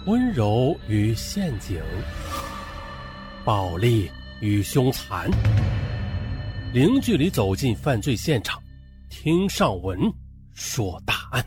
温柔与陷阱，暴力与凶残，零距离走进犯罪现场，听上文说大案。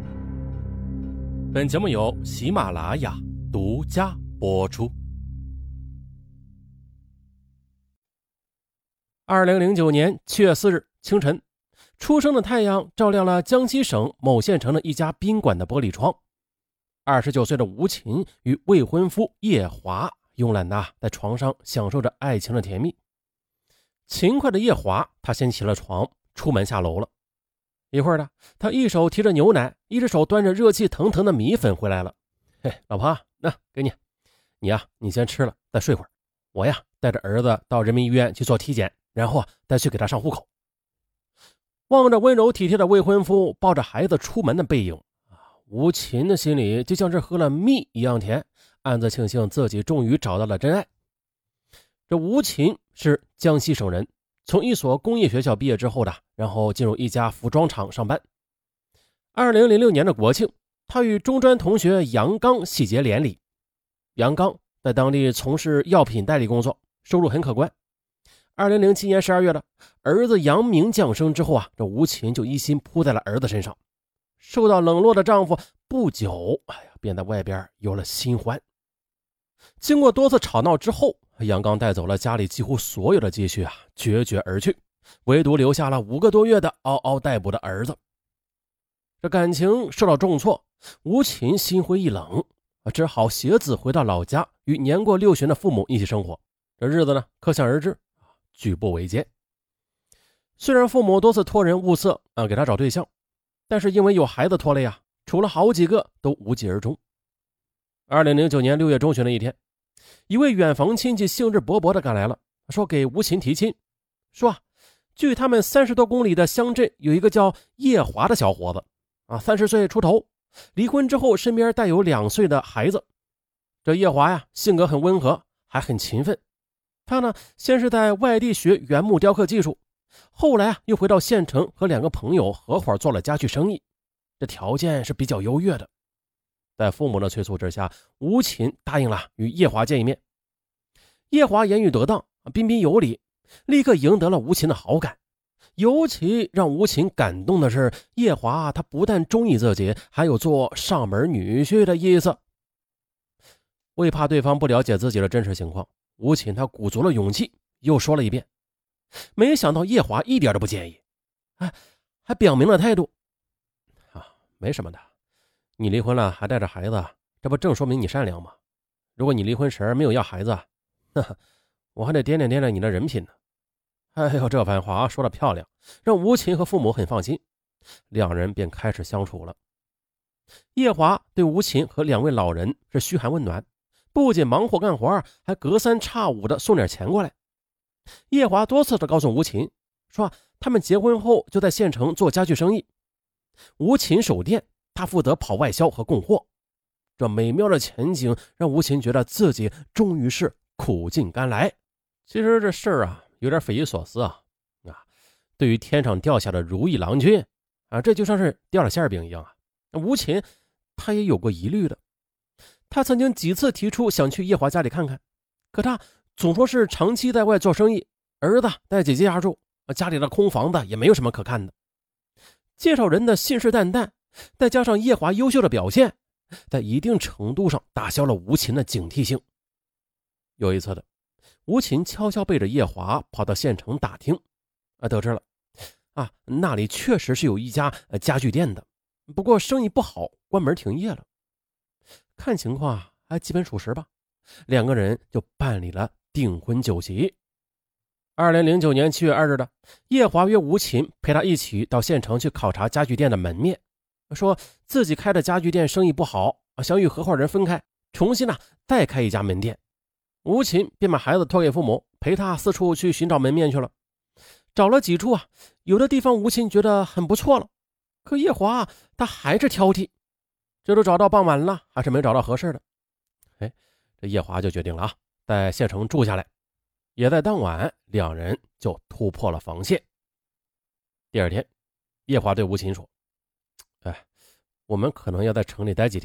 本节目由喜马拉雅独家播出。2009年7月4日清晨，初升的太阳照亮了江西省某县城的一家宾馆的玻璃窗。29岁的吴琴与未婚夫叶华慵懒地在床上享受着爱情的甜蜜。勤快的叶华，他先起了床，出门下楼了。一会儿呢，他一手提着牛奶，一只手端着热气腾腾的米粉回来了。嘿，老婆，那给你，你先吃了，再睡会儿。我带着儿子到人民医院去做体检，然后再去给他上户口。望着温柔体贴的未婚夫抱着孩子出门的背影，吴琴的心里就像是喝了蜜一样甜，暗自庆幸自己终于找到了真爱。这吴琴是江西省人，从一所工业学校毕业之后的，然后进入一家服装厂上班。2006年的国庆，他与中专同学杨刚喜结连理。杨刚在当地从事药品代理工作，收入很可观。2007年12月的，儿子杨明降生之后这吴琴就一心扑在了儿子身上。受到冷落的丈夫不久便在外边有了新欢。经过多次吵闹之后，杨刚带走了家里几乎所有的积蓄决绝而去，唯独留下了5个多月的嗷嗷待哺的儿子。这感情受到重挫，吴琴心灰意冷，只好携子回到老家，与年过6旬的父母一起生活。这日子呢，可想而知，举步维艰。虽然父母多次托人物色给他找对象，但是因为有孩子拖累处了好几个都无疾而终。2009年6月中旬的一天，一位远房亲戚兴致勃勃地赶来了，说给吴琴提亲，说距他们30多公里的乡镇有一个叫叶华的小伙子30岁出头，离婚之后身边带有2岁的孩子。这叶华性格很温和，还很勤奋。他呢，先是在外地学原木雕刻技术，后来又回到县城和2个朋友合伙做了家具生意，这条件是比较优越的。在父母的催促之下，吴琴答应了与叶华见一面。叶华言语得当，彬彬有礼，立刻赢得了吴琴的好感。尤其让吴琴感动的是，叶华他不但中意自己，还有做上门女婿的意思。为怕对方不了解自己的真实情况，吴琴他鼓足了勇气，又说了一遍。没想到叶华一点都不介意，还表明了态度。没什么的，你离婚了还带着孩子，这不正说明你善良吗？如果你离婚时没有要孩子，我还得掂量你的人品呢。哎呦，这番话说得漂亮，让吴琴和父母很放心，两人便开始相处了。叶华对吴琴和2位老人是嘘寒问暖，不仅忙活干活，还隔三差五的送点钱过来。叶华多次的告诉吴琴说，他们结婚后就在县城做家具生意，吴琴守店，他负责跑外销和供货。这美妙的前景让吴琴觉得自己终于是苦尽甘来。其实这事儿有点匪夷所思对于天上掉下的如意郎君这就像是掉了馅饼一样吴琴他也有过疑虑的。他曾经几次提出想去叶华家里看看，可他总说是长期在外做生意，儿子带姐姐家住，家里的空房子也没有什么可看的。介绍人的信誓旦旦，再加上叶华优秀的表现，在一定程度上打消了吴琴的警惕性。有一次的，吴琴悄悄背着叶华跑到县城打听，得知了那里确实是有一家家具店的，不过生意不好，关门停业了。看情况还基本属实吧，2个人就办理了订婚酒席。2009年7月2日的，叶华约吴琴陪他一起到县城去考察家具店的门面，说自己开的家具店生意不好，想与合伙人分开，重新再开一家门店。吴琴便把孩子托给父母，陪他四处去寻找门面去了。找了几处有的地方吴琴觉得很不错了，可叶华他还是挑剔，这都找到傍晚了，还是没找到合适的。这叶华就决定了在县城住下来。也在当晚，2人就突破了防线。第二天，叶华对吴琴说，我们可能要在城里待几天，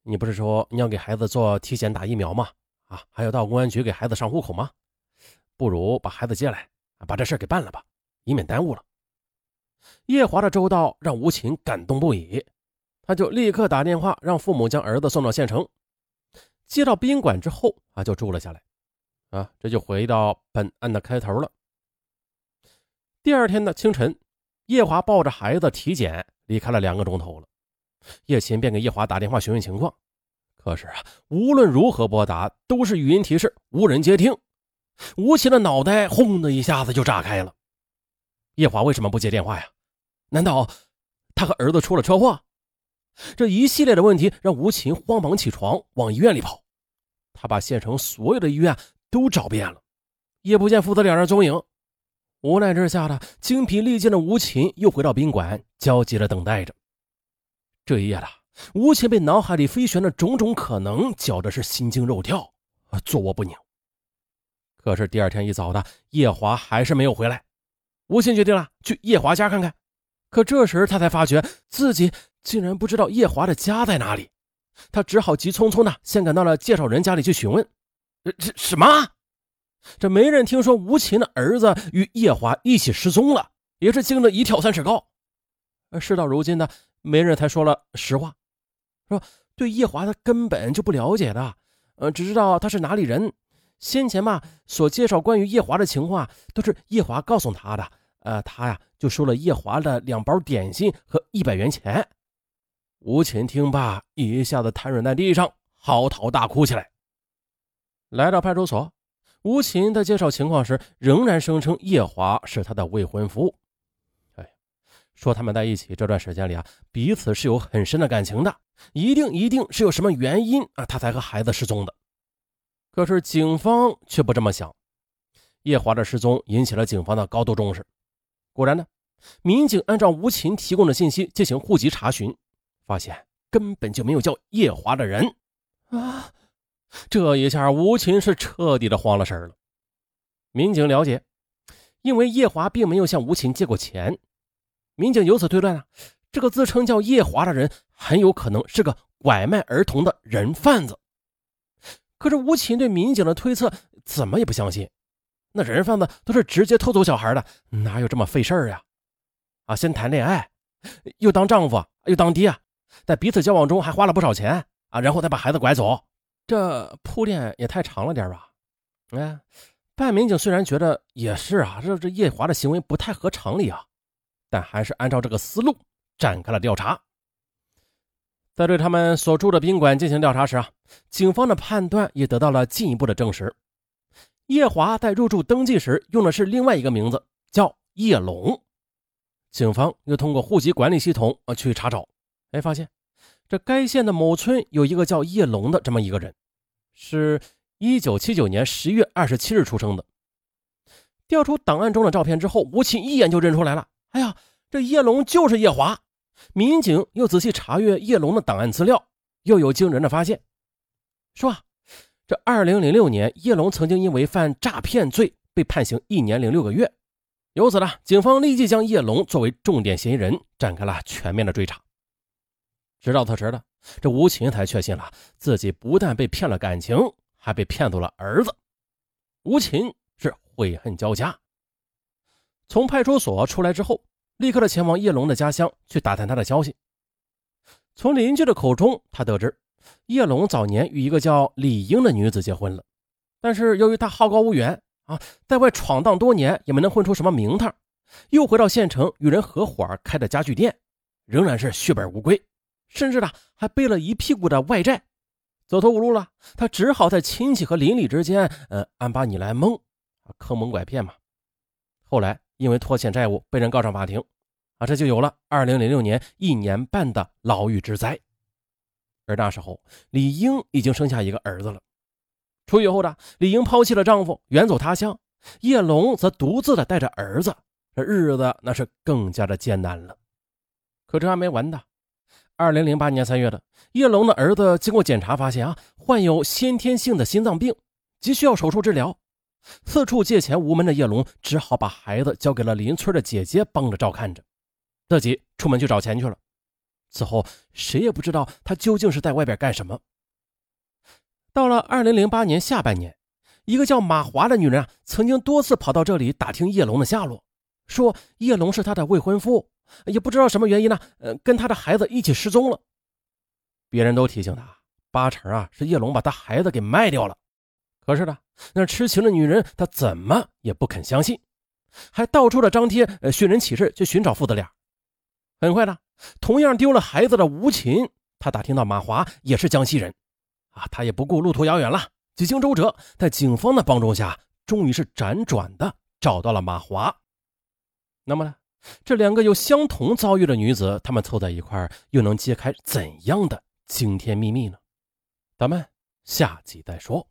你不是说你要给孩子做体检打疫苗吗？还要到公安局给孩子上户口吗？不如把孩子接来，把这事给办了吧，以免耽误了。叶华的周到让吴琴感动不已，他就立刻打电话让父母将儿子送到县城。接到宾馆之后就住了下来。这就回到本案的开头了。第二天的清晨，叶华抱着孩子体检离开了2个钟头了。叶琴便给叶华打电话询问情况，可是无论如何拨打都是语音提示，无人接听。吴琴的脑袋轰的一下子就炸开了。叶华为什么不接电话呀？难道他和儿子出了车祸？这一系列的问题让吴琴慌忙起床往医院里跑。他把县城所有的医院都找遍了，也不见父子2人踪影。无奈之下的精疲力尽的吴琴又回到宾馆，焦急地等待着。这一夜的吴琴被脑海里飞旋的种种可能搅得是心惊肉跳，坐卧不宁。可是第二天一早的，叶华还是没有回来。吴琴决定了去叶华家看看，可这时他才发觉自己竟然不知道叶华的家在哪里。他只好急匆匆的先赶到了介绍人家里去询问。什么？这媒人听说吴琴的儿子与叶华一起失踪了，也是惊得一跳3尺高。事到如今呢，媒人才说了实话，说对叶华他根本就不了解的，只知道他是哪里人。先前所介绍关于叶华的情况都是叶华告诉他的，他就收了叶华的2包点心和100元钱。吴琴听罢，一下子瘫软在地上，嚎啕大哭起来。来到派出所，吴琴在介绍情况时仍然声称叶华是他的未婚夫。说他们在一起这段时间里彼此是有很深的感情的，一定是有什么原因他才和孩子失踪的。可是警方却不这么想。叶华的失踪引起了警方的高度重视。果然呢，民警按照吴琴提供的信息进行户籍查询，发现根本就没有叫叶华的人这一下吴琴是彻底的慌了神了。民警了解，因为叶华并没有向吴琴借过钱，民警由此推断这个自称叫叶华的人很有可能是个拐卖儿童的人贩子。可是吴琴对民警的推测怎么也不相信，那人贩子都是直接偷走小孩的，哪有这么费事儿呀？先谈恋爱，又当丈夫又当爹，在彼此交往中还花了不少钱然后再把孩子拐走，这铺垫也太长了点吧？办案民警虽然觉得也是这叶华的行为不太合常理但还是按照这个思路展开了调查。在对他们所住的宾馆进行调查时警方的判断也得到了进一步的证实。叶华在入住登记时用的是另外一个名字，叫叶龙。警方又通过户籍管理系统去查找，发现这该县的某村有一个叫叶龙的这么一个人，是1979年10月27日出生的。调出档案中的照片之后，吴琴一眼就认出来了，这叶龙就是叶华。民警又仔细查阅叶龙的档案资料，又有惊人的发现，说这2006年叶龙曾经因为犯诈骗罪被判刑1年0.6个月。由此警方立即将叶龙作为重点嫌疑人，展开了全面的追查。直到此时这吴琴才确信了自己不但被骗了感情，还被骗走了儿子。吴琴是悔恨交加。从派出所出来之后，立刻的前往叶龙的家乡去打探他的消息。从邻居的口中，他得知叶龙早年与一个叫李英的女子结婚了，但是由于他好高骛远在外闯荡多年也没能混出什么名堂，又回到县城与人合伙开的家具店，仍然是血本无归，甚至还背了一屁股的外债。走投无路了，他只好在亲戚和邻里之间安把你来蒙，坑蒙拐骗嘛。后来因为拖欠债务被人告上法庭这就有了2006年1年半的牢狱之灾。而那时候李英已经生下一个儿子了。出狱后李英抛弃了丈夫远走他乡，叶龙则独自的带着儿子，这日子那是更加的艰难了。可这还没完的，2008年3月叶龙的儿子经过检查发现患有先天性的心脏病，急需要手术治疗。四处借钱无门的叶龙只好把孩子交给了邻村的姐姐帮着照看着，自己出门去找钱去了。 此后谁也不知道他究竟是在外边干什么。到了2008年下半年，一个叫马华的女人曾经多次跑到这里打听叶龙的下落，说叶龙是她的未婚夫，也不知道什么原因呢，跟他的孩子一起失踪了。别人都提醒他，八成是叶龙把他孩子给卖掉了。可是呢，那痴情的女人她怎么也不肯相信，还到处的张贴寻人启事去寻找父子俩。很快呢，同样丢了孩子的吴琴，他打听到马华也是江西人他也不顾路途遥远了，几经周折，在警方的帮助下，终于是辗转的找到了马华。那么呢，这两个有相同遭遇的女子，她们凑在一块儿，又能揭开怎样的惊天秘密呢？咱们下集再说。